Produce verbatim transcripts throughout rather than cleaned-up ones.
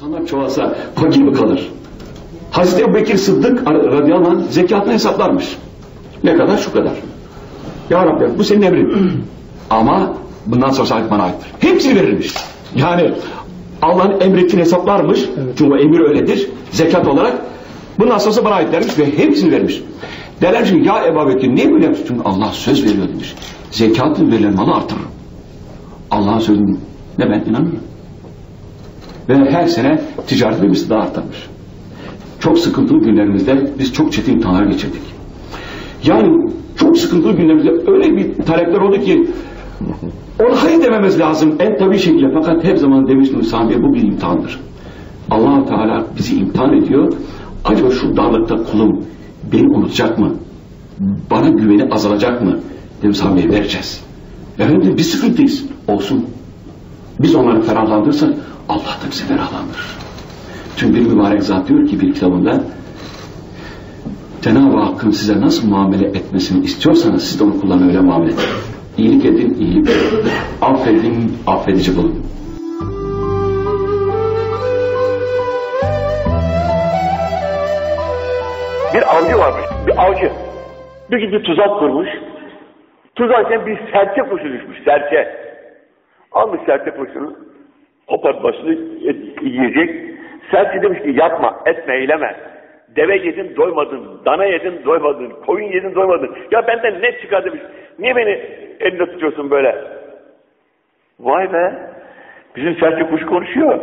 İnsanlar çoğalsa fakir mi kalır? Hazreti Ebubekir Sıddık radıyallahu anh zekatını hesaplarmış. Ne kadar? Şu kadar. Ya Rabbi bu senin emrin. Ama bundan sonra sahip bana aittir. Hepsini verirmiş. Yani Allah'ın emrettiğini hesaplarmış. Evet. Çünkü o emir öyledir. Zekat olarak. Bundan sonra bana ait dermiş ve hepsini vermiş. Derler ki ya Ebubekir niye böyle yapıyorsun? Çünkü Allah söz veriyor demiş. Zekatın verilen malı artırır. Allah'ın sözünü ne ben inanmıyorum. Ve her sene ticaretimiz daha artarmış. Çok sıkıntılı günlerimizde biz çok çetin imtihanlar geçirdik. Yani çok sıkıntılı günlerimizde öyle bir talepler oldu ki ona hayır dememiz lazım en tabii şekilde. Fakat hep zaman demiştim sahabeye bu bir imtihandır. Allah-u Teala bizi imtihan ediyor. Acaba şu darlıkta kulum beni unutacak mı? Bana güveni azalacak mı? Dedim sahabeye vereceğiz. Efendim biz sıkıntıyız. Olsun. Biz onları ferahlandırırsak Allah da bizi ferahlandırır. Çünkü bir mübarek zat diyor ki bir kitabında Cenab-ı Hakk'ın size nasıl muamele etmesini istiyorsanız siz de onu kullanın öyle muamele edin. İyilik edin, iyilik edin. Affedin, affedici bulun. Bir avcı varmış, bir avcı. Bir gün bir tuzak kurmuş. Tuzarken bir serçe kuşu düşmüş, serçe. Almış serçe kuşunu, kopart başını yiyecek. Serçe demiş ki yapma, etme, eyleme. Deve yedin doymadın, dana yedin doymadın, koyun yedin doymadın. Ya benden ne çıkar demiş. Niye beni elinde tutuyorsun böyle? Vay be, bizim serçe kuşu konuşuyor.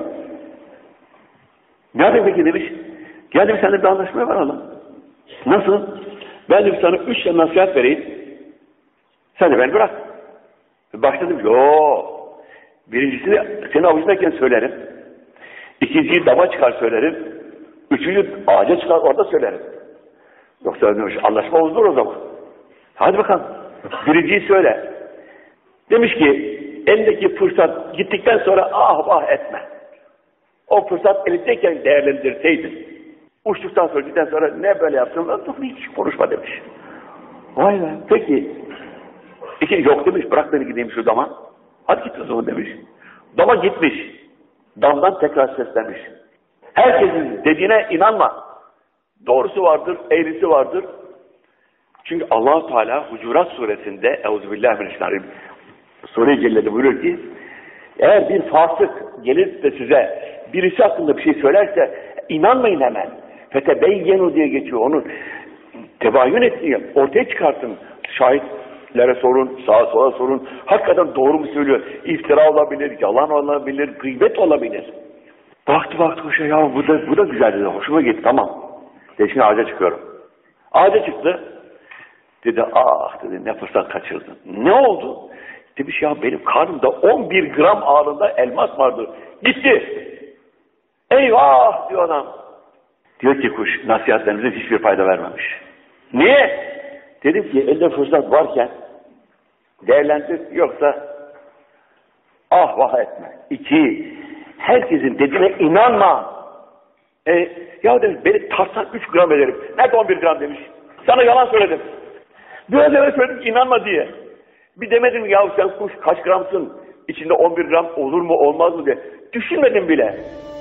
Nerede peki demiş. Gel demiş seninle bir anlaşmaya varalım. Nasıl? Ben demiş sana üç tane nasihat vereyim. Sen de beni bırak. Başladım. Yoo. Birincisini senin avucundayken söylerim. İkinciyi dama çıkar söylerim. Üçüncü ağaca çıkar orada söylerim. Yoksa demiş anlaşma bozulur o zaman. Hadi bakalım. Birinciyi söyle. Demiş ki elindeki fırsat gittikten sonra ah vah etme. O fırsat elindeyken değerlendirseydin. Uçtuktan sonra gittikten sonra ne böyle yaptın? Hiç konuşma demiş. Vay be. Peki. İki, yok demiş bırak beni gideyim şu dama. Hadi git o zaman demiş. Dama gitmiş. Damdan tekrar seslenmiş. Herkesin dediğine inanma. Doğrusu vardır, eğrisi vardır. Çünkü Allah-u Teala Hucurat suresinde Euzubillahimineşşeytanirracim Sure-i Celle'de buyuruyor ki eğer bir fasık gelir de size birisi hakkında bir şey söylerse inanmayın hemen. Fetebeyyenu diye geçiyor. Onu tebayyün etsin, ortaya çıkartın. Şahitlere sorun, sağa sola sorun. Hakikaten doğru mu söylüyor? İftira olabilir, yalan olabilir, gıybet olabilir. Baktı baktı kuşa ya bu da, bu da güzel dedi. Hoşuma gitti tamam. De şimdi ağaca çıkıyorum. Ağaca çıktı. Dedi ah dedi ne fırsat kaçırdın. Ne oldu? Demiş ya benim karnımda on bir gram ağırlığında elmas vardı. Gitti. Eyvah diyor adam. Diyor ki kuş nasihatlerimize hiçbir fayda vermemiş. Niye? Dedim ki elde fırsat varken değerlendir yoksa ah vah etme. İki, herkesin dediğine inanma. E, ya demiş beni tartsan üç gram ederim. Nerede on bir gram demiş. Sana yalan söyledim. Biraz evvel söyledim ki inanma diye. Bir demedim ya sen kuş kaç gramsın? İçinde on bir gram olur mu olmaz mı diye. Düşünmedim bile.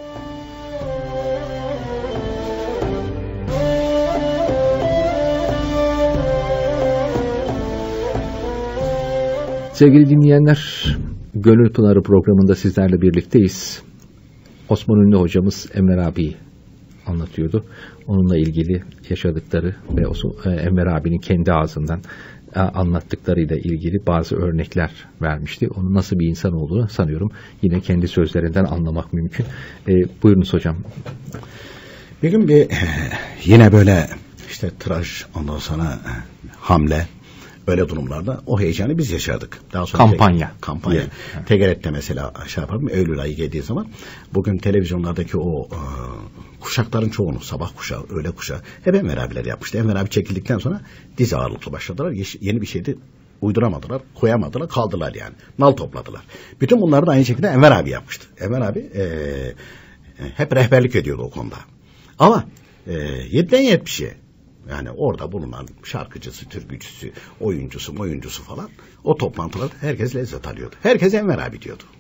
Sevgili dinleyenler, Gönül Pınarı programında sizlerle birlikteyiz. Osman Ünlü hocamız Enver abi anlatıyordu. Onunla ilgili yaşadıkları ve Enver abinin kendi ağzından anlattıklarıyla ilgili bazı örnekler vermişti. Onun nasıl bir insan olduğunu sanıyorum yine kendi sözlerinden anlamak mümkün. E, buyurunuz hocam. Bir gün bir yine böyle işte tıraş ondan sonra hamle böyle durumlarda o heyecanı biz yaşadık. Daha sonra kampanya. Te- kampanya. Evet. T G R T'de mesela şey yapalım Eylül ayı geldiği zaman bugün televizyonlardaki o e, kuşakların çoğunu sabah kuşağı, öğle kuşağı hep Enver abiler yapmıştı. Enver abi çekildikten sonra dizi ağırlıklı başladılar. Yeni bir şeydi uyduramadılar, koyamadılar, kaldılar yani. Nal topladılar. Bütün bunları da aynı şekilde Enver abi yapmıştı. Enver abi e, hep rehberlik ediyordu o konuda. Ama e, yediden yetmişe yani orada bulunan şarkıcısı, türkücüsü, oyuncusu, oyuncusu falan o toplantılarda herkes lezzet alıyordu. Herkes Enver abi diyordu.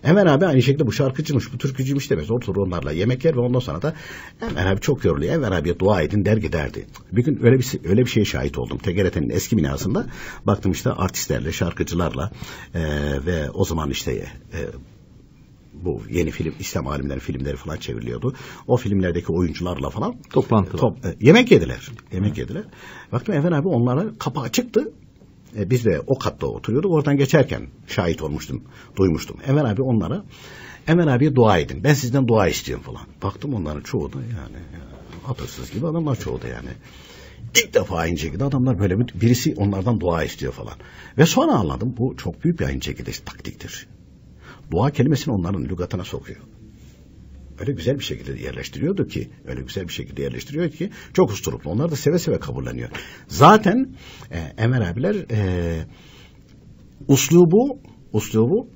Enver abi aynı şekilde bu şarkıcıymış, bu türkücüymüş demez. Oturur onlarla yemek yer ve ondan sonra da Enver abi çok yoruluyor. Enver abiye dua edin der giderdi. Bir gün öyle bir öyle bir şeye şahit oldum. T G R T'nin eski binasında baktım işte artistlerle, şarkıcılarla e, ve o zaman işte e, bu yeni film, İslam alimlerin filmleri falan çevriliyordu. O filmlerdeki oyuncularla falan toplantılar. Top, e, yemek yediler. Yemek yediler. Baktım Enver abi onlara kapı açıktı. E, biz de o katta oturuyorduk. Oradan geçerken şahit olmuştum, duymuştum. Enver abi onlara, Enver abiye dua edin. Ben sizden dua istiyorum falan. Baktım onların çoğu da yani, yani atırsız gibi adamlar çoğu da yani. İlk defa aynı şekilde adamlar böyle bir, birisi onlardan dua istiyor falan. Ve sonra anladım bu çok büyük bir aynı şekilde taktiktir. Dua kelimesini onların lügatına sokuyor. Öyle güzel bir şekilde yerleştiriyordu ki, öyle güzel bir şekilde yerleştiriyor ki çok usturuplu. Onlar da seve seve kabulleniyor. Zaten e, Enver abiler e, uslubu, uslubu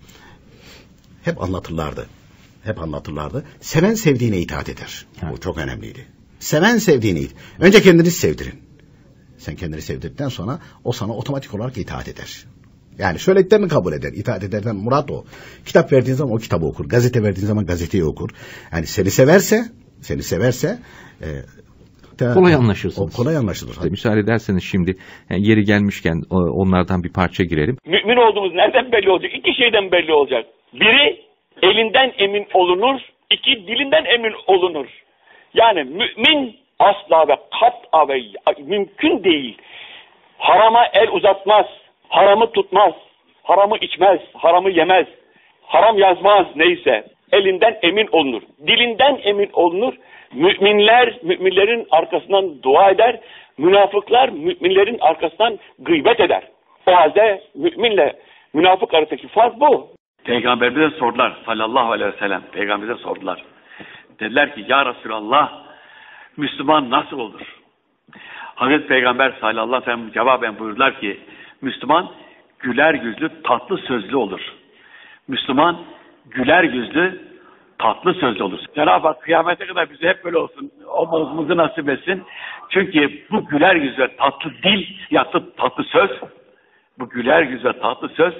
hep anlatırlardı. Hep anlatırlardı. Seven sevdiğine itaat eder. Evet. Bu çok önemliydi. Seven sevdiğini, önce kendinizi sevdirin. Sen kendini sevdirdikten sonra o sana otomatik olarak itaat eder. Yani söylediklerini kabul eder. İtaat ederden murat o. Kitap verdiğin zaman o kitabı okur. Gazete verdiğin zaman gazeteyi okur. Yani seni severse, seni severse e, de, kolay anlaşırsınız. O kolay anlaşılır. İşte müsaade ederseniz şimdi yani yeri gelmişken onlardan bir parça girelim. Mümin olduğumuz nereden belli olacak? İki şeyden belli olacak. Biri elinden emin olunur. İki dilinden emin olunur. Yani mümin asla ve kat'a ve mümkün değil. Harama el uzatmaz. Haramı tutmaz, haramı içmez, haramı yemez, haram yazmaz neyse. Elinden emin olunur, dilinden emin olunur. Müminler, müminlerin arkasından dua eder. Münafıklar, müminlerin arkasından gıybet eder. O halde müminle münafık arasındaki fark bu. Peygamberimize sordular sallallahu aleyhi ve sellem. Peygamberimize sordular. Dediler ki ya Resulallah, Müslüman nasıl olur? Hazreti Peygamber sallallahu aleyhi ve sellem cevaben buyurdular ki, Müslüman güler yüzlü, tatlı sözlü olur. Müslüman güler yüzlü, tatlı sözlü olur. Cenab-ı Hak kıyamete kadar bize hep böyle olsun, olmamızı nasip etsin. Çünkü bu güler yüz ve tatlı dil, ya da tatlı söz, bu güler yüz ve tatlı söz,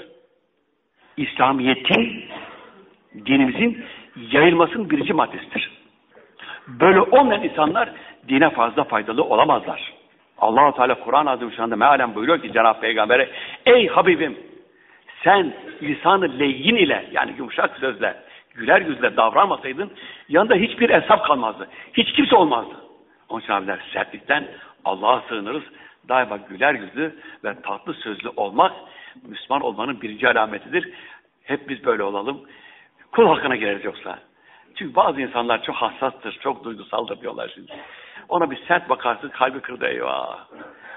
İslamiyet'in, dinimizin yayılmasının birinci maddesidir. Böyle olmayan insanlar dine fazla faydalı olamazlar. Allah-u Teala Kur'an-ı Azimüşşan'da mealen buyuruyor ki Cenab-ı Peygamber'e, ey Habibim, sen lisan-ı leyyin ile, yani yumuşak sözle, güler yüzle davranmasaydın yanında hiçbir hesap kalmazdı. Hiç kimse olmazdı. Onun için abiler, sertlikten Allah'a sığınırız. Daima güler yüzlü ve tatlı sözlü olmak Müslüman olmanın birinci alametidir. Hep biz böyle olalım. Kul hakkına gireriz yoksa. Çünkü bazı insanlar çok hassastır, çok duygusaldır diyorlar şimdi. Ona bir sert bakarsın, kalbi kırdı eyvah.